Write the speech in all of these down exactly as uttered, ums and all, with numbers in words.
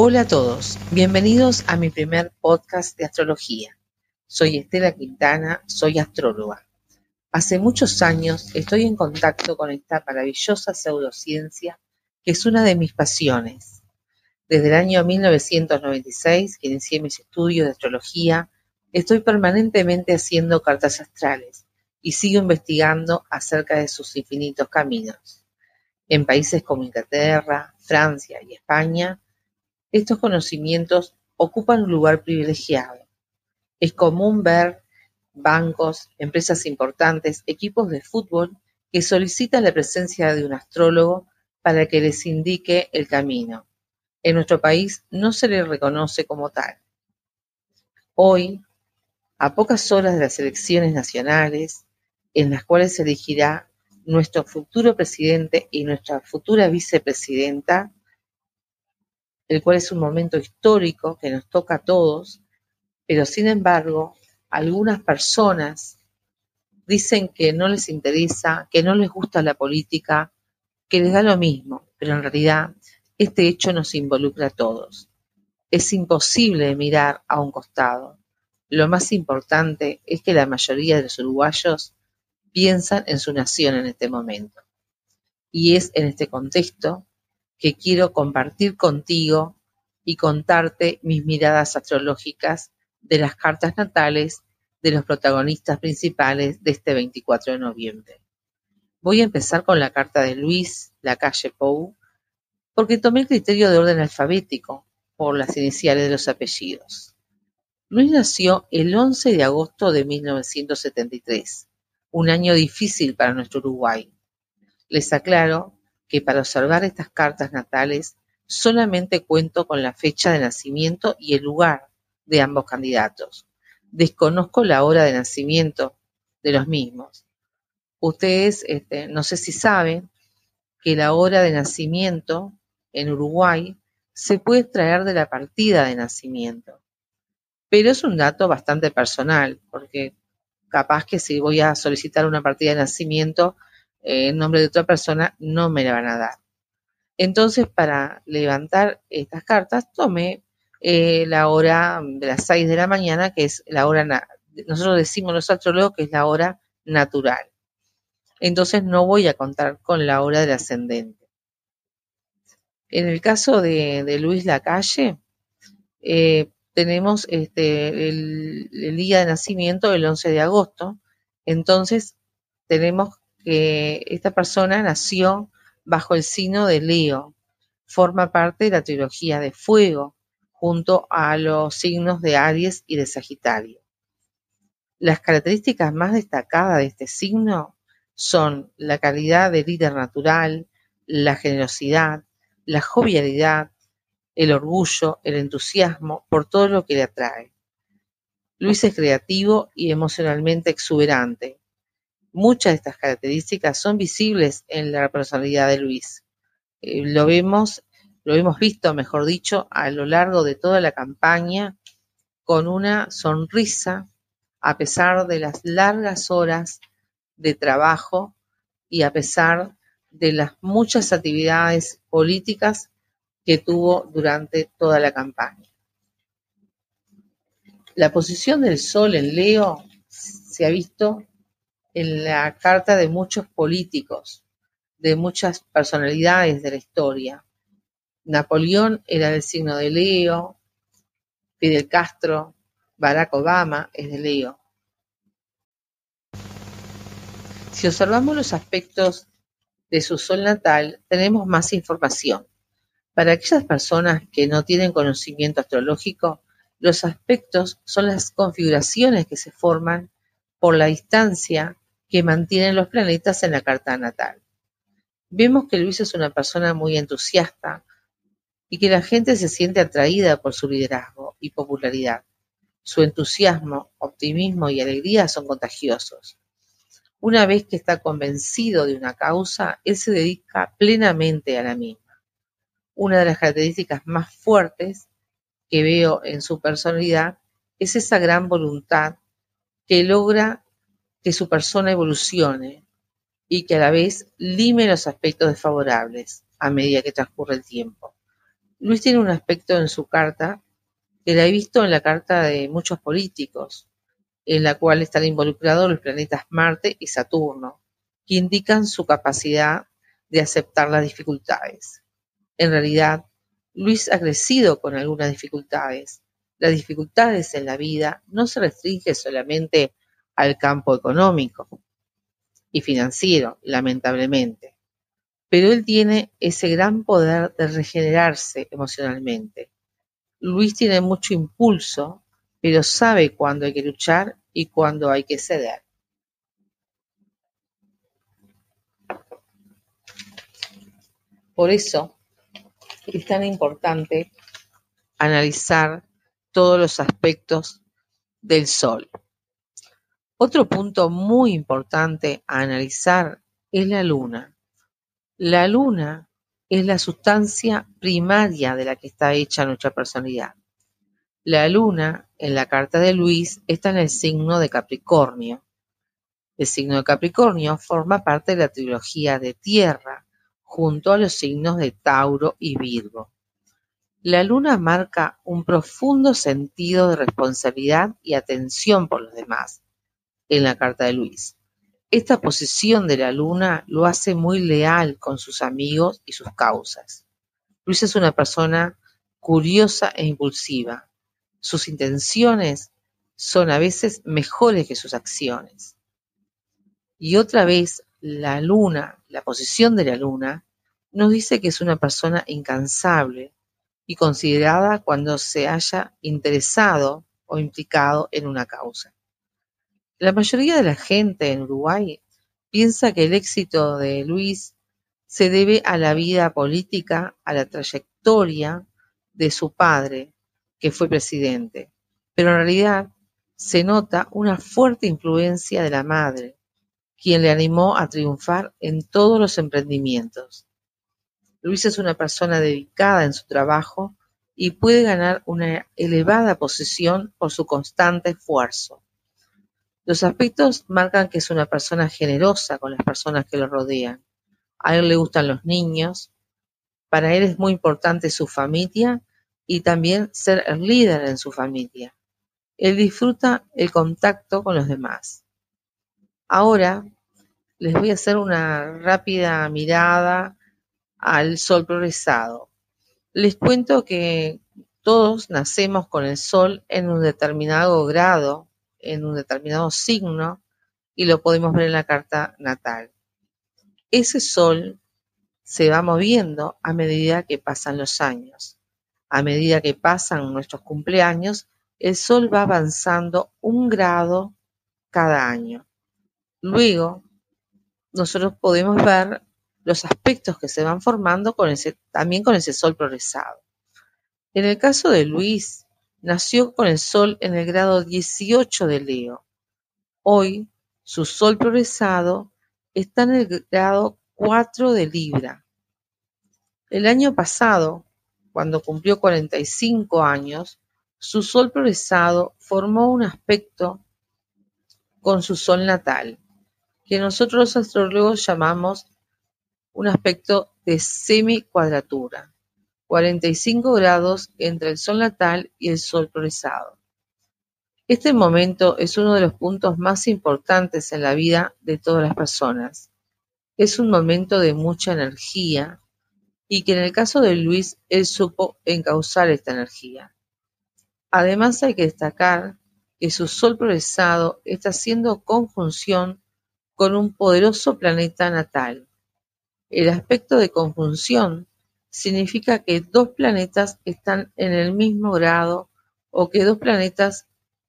Hola a todos, bienvenidos a mi primer podcast de astrología. Soy Estela Quintana, soy astróloga. Hace muchos años estoy en contacto con esta maravillosa pseudociencia que es una de mis pasiones. Desde el año mil novecientos noventa y seis, que inicié mis estudios de astrología, estoy permanentemente haciendo cartas astrales y sigo investigando acerca de sus infinitos caminos. En países como Inglaterra, Francia y España, estos conocimientos ocupan un lugar privilegiado. Es común ver bancos, empresas importantes, equipos de fútbol que solicitan la presencia de un astrólogo para que les indique el camino. En nuestro país no se le reconoce como tal. Hoy, a pocas horas de las elecciones nacionales, en las cuales se elegirá nuestro futuro presidente y nuestra futura vicepresidenta, el cual es un momento histórico que nos toca a todos, pero sin embargo, algunas personas dicen que no les interesa, que no les gusta la política, que les da lo mismo, pero en realidad este hecho nos involucra a todos. Es imposible mirar a un costado. Lo más importante es que la mayoría de los uruguayos piensan en su nación en este momento. Y es en este contexto que quiero compartir contigo y contarte mis miradas astrológicas de las cartas natales de los protagonistas principales de este veinticuatro de noviembre. Voy a empezar con la carta de Luis Lacalle Pou, porque tomé el criterio de orden alfabético por las iniciales de los apellidos. Luis nació el once de agosto de mil novecientos setenta y tres, un año difícil para nuestro Uruguay. Les aclaro que para observar estas cartas natales solamente cuento con la fecha de nacimiento y el lugar de ambos candidatos. Desconozco la hora de nacimiento de los mismos. Ustedes, este, no sé si saben que la hora de nacimiento en Uruguay se puede extraer de la partida de nacimiento, pero es un dato bastante personal, porque capaz que si voy a solicitar una partida de nacimiento eh, en nombre de otra persona, no me la van a dar. Entonces, para levantar estas cartas, tomé eh, la hora de las seis de la mañana, que es la hora, na- nosotros decimos los astrólogos que es la hora natural. Entonces, no voy a contar con la hora del ascendente. En el caso de, de Luis Lacalle, eh, tenemos este, el, el día de nacimiento el once de agosto. Entonces, tenemos que esta persona nació bajo el signo de Leo. Forma parte de la trilogía de fuego, junto a los signos de Aries y de Sagitario. Las características más destacadas de este signo son la calidad de líder natural, la generosidad, la jovialidad, el orgullo, el entusiasmo por todo lo que le atrae. Luis es creativo y emocionalmente exuberante. Muchas de estas características son visibles en la personalidad de Luis. Eh, lo vemos, lo hemos visto, mejor dicho, a lo largo de toda la campaña, con una sonrisa a pesar de las largas horas de trabajo y a pesar de las muchas actividades políticas que tuvo durante toda la campaña. La posición del Sol en Leo se ha visto en la carta de muchos políticos, de muchas personalidades de la historia. Napoleón era del signo de Leo, Fidel Castro, Barack Obama es de Leo. Si observamos los aspectos de su sol natal, tenemos más información. Para aquellas personas que no tienen conocimiento astrológico, los aspectos son las configuraciones que se forman por la distancia que mantienen los planetas en la carta natal. Vemos que Luis es una persona muy entusiasta y que la gente se siente atraída por su liderazgo y popularidad. Su entusiasmo, optimismo y alegría son contagiosos. Una vez que está convencido de una causa, él se dedica plenamente a la misma. Una de las características más fuertes que veo en su personalidad es esa gran voluntad que logra que su persona evolucione y que a la vez lime los aspectos desfavorables a medida que transcurre el tiempo. Luis tiene un aspecto en su carta que la he visto en la carta de muchos políticos, en la cual están involucrados los planetas Marte y Saturno, que indican su capacidad de aceptar las dificultades. En realidad, Luis ha crecido con algunas dificultades. Las dificultades en la vida no se restringen solamente al campo económico y financiero, lamentablemente, pero él tiene ese gran poder de regenerarse emocionalmente. Luis tiene mucho impulso, pero sabe cuándo hay que luchar y cuándo hay que ceder. Por eso es tan importante analizar todos los aspectos del Sol. Otro punto muy importante a analizar es la Luna. La Luna es la sustancia primaria de la que está hecha nuestra personalidad. La Luna, en la carta de Luis, está en el signo de Capricornio. El signo de Capricornio forma parte de la trilogía de Tierra, junto a los signos de Tauro y Virgo. La Luna marca un profundo sentido de responsabilidad y atención por los demás en la carta de Luis. Esta posición de la Luna lo hace muy leal con sus amigos y sus causas. Luis es una persona curiosa e impulsiva. Sus intenciones son a veces mejores que sus acciones. Y otra vez, la Luna, la posición de la Luna, nos dice que es una persona incansable y considerada cuando se haya interesado o implicado en una causa. La mayoría de la gente en Uruguay piensa que el éxito de Luis se debe a la vida política, a la trayectoria de su padre, que fue presidente, pero en realidad se nota una fuerte influencia de la madre, quien le animó a triunfar en todos los emprendimientos. Luis es una persona dedicada en su trabajo y puede ganar una elevada posición por su constante esfuerzo. Los aspectos marcan que es una persona generosa con las personas que lo rodean. A él le gustan los niños, para él es muy importante su familia y también ser el líder en su familia. Él disfruta el contacto con los demás. Ahora les voy a hacer una rápida mirada al Sol progresado. Les cuento que todos nacemos con el Sol en un determinado grado, en un determinado signo, y lo podemos ver en la carta natal. Ese Sol se va moviendo a medida que pasan los años. A medida que pasan nuestros cumpleaños, el Sol va avanzando un grado cada año. Luego, nosotros podemos ver los aspectos que se van formando con ese, también con ese Sol progresado. En el caso de Luis, nació con el Sol en el grado dieciocho de Leo. Hoy, su Sol progresado está en el grado cuatro de Libra. El año pasado, cuando cumplió cuarenta y cinco años, su Sol progresado formó un aspecto con su Sol natal, que nosotros los astrólogos llamamos un aspecto de semi-cuadratura, cuarenta y cinco grados entre el Sol natal y el Sol progresado. Este momento es uno de los puntos más importantes en la vida de todas las personas. Es un momento de mucha energía y que en el caso de Luis, él supo encauzar esta energía. Además, hay que destacar que su Sol progresado está haciendo conjunción con un poderoso planeta natal. El aspecto de conjunción significa que dos planetas están en el mismo grado o que dos planetas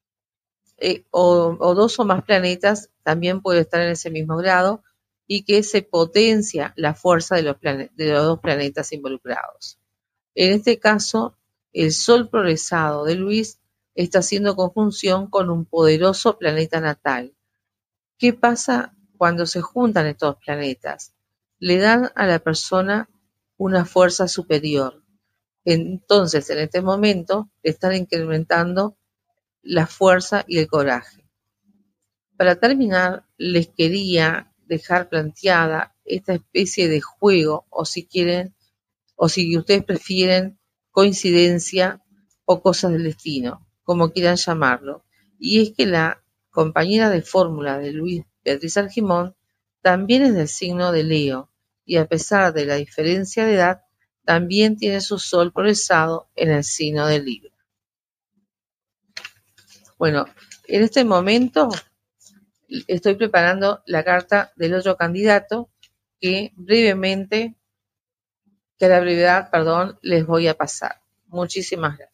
eh, o, o dos o más planetas también pueden estar en ese mismo grado y que se potencia la fuerza de los, plane- de los dos planetas involucrados. En este caso, el Sol progresado de Luis está haciendo conjunción con un poderoso planeta natal. ¿Qué pasa cuando se juntan estos planetas? Le dan a la persona una fuerza superior. Entonces, en este momento, están incrementando la fuerza y el coraje. Para terminar, les quería dejar planteada esta especie de juego, o si quieren, o si ustedes prefieren, coincidencia o cosas del destino, como quieran llamarlo. Y es que la compañera de fórmula de Luis Beatriz Argimón también es del signo de Leo, y a pesar de la diferencia de edad, también tiene su sol progresado en el signo de Libra. Bueno, en este momento estoy preparando la carta del otro candidato que brevemente, que a la brevedad, perdón, les voy a pasar. Muchísimas gracias.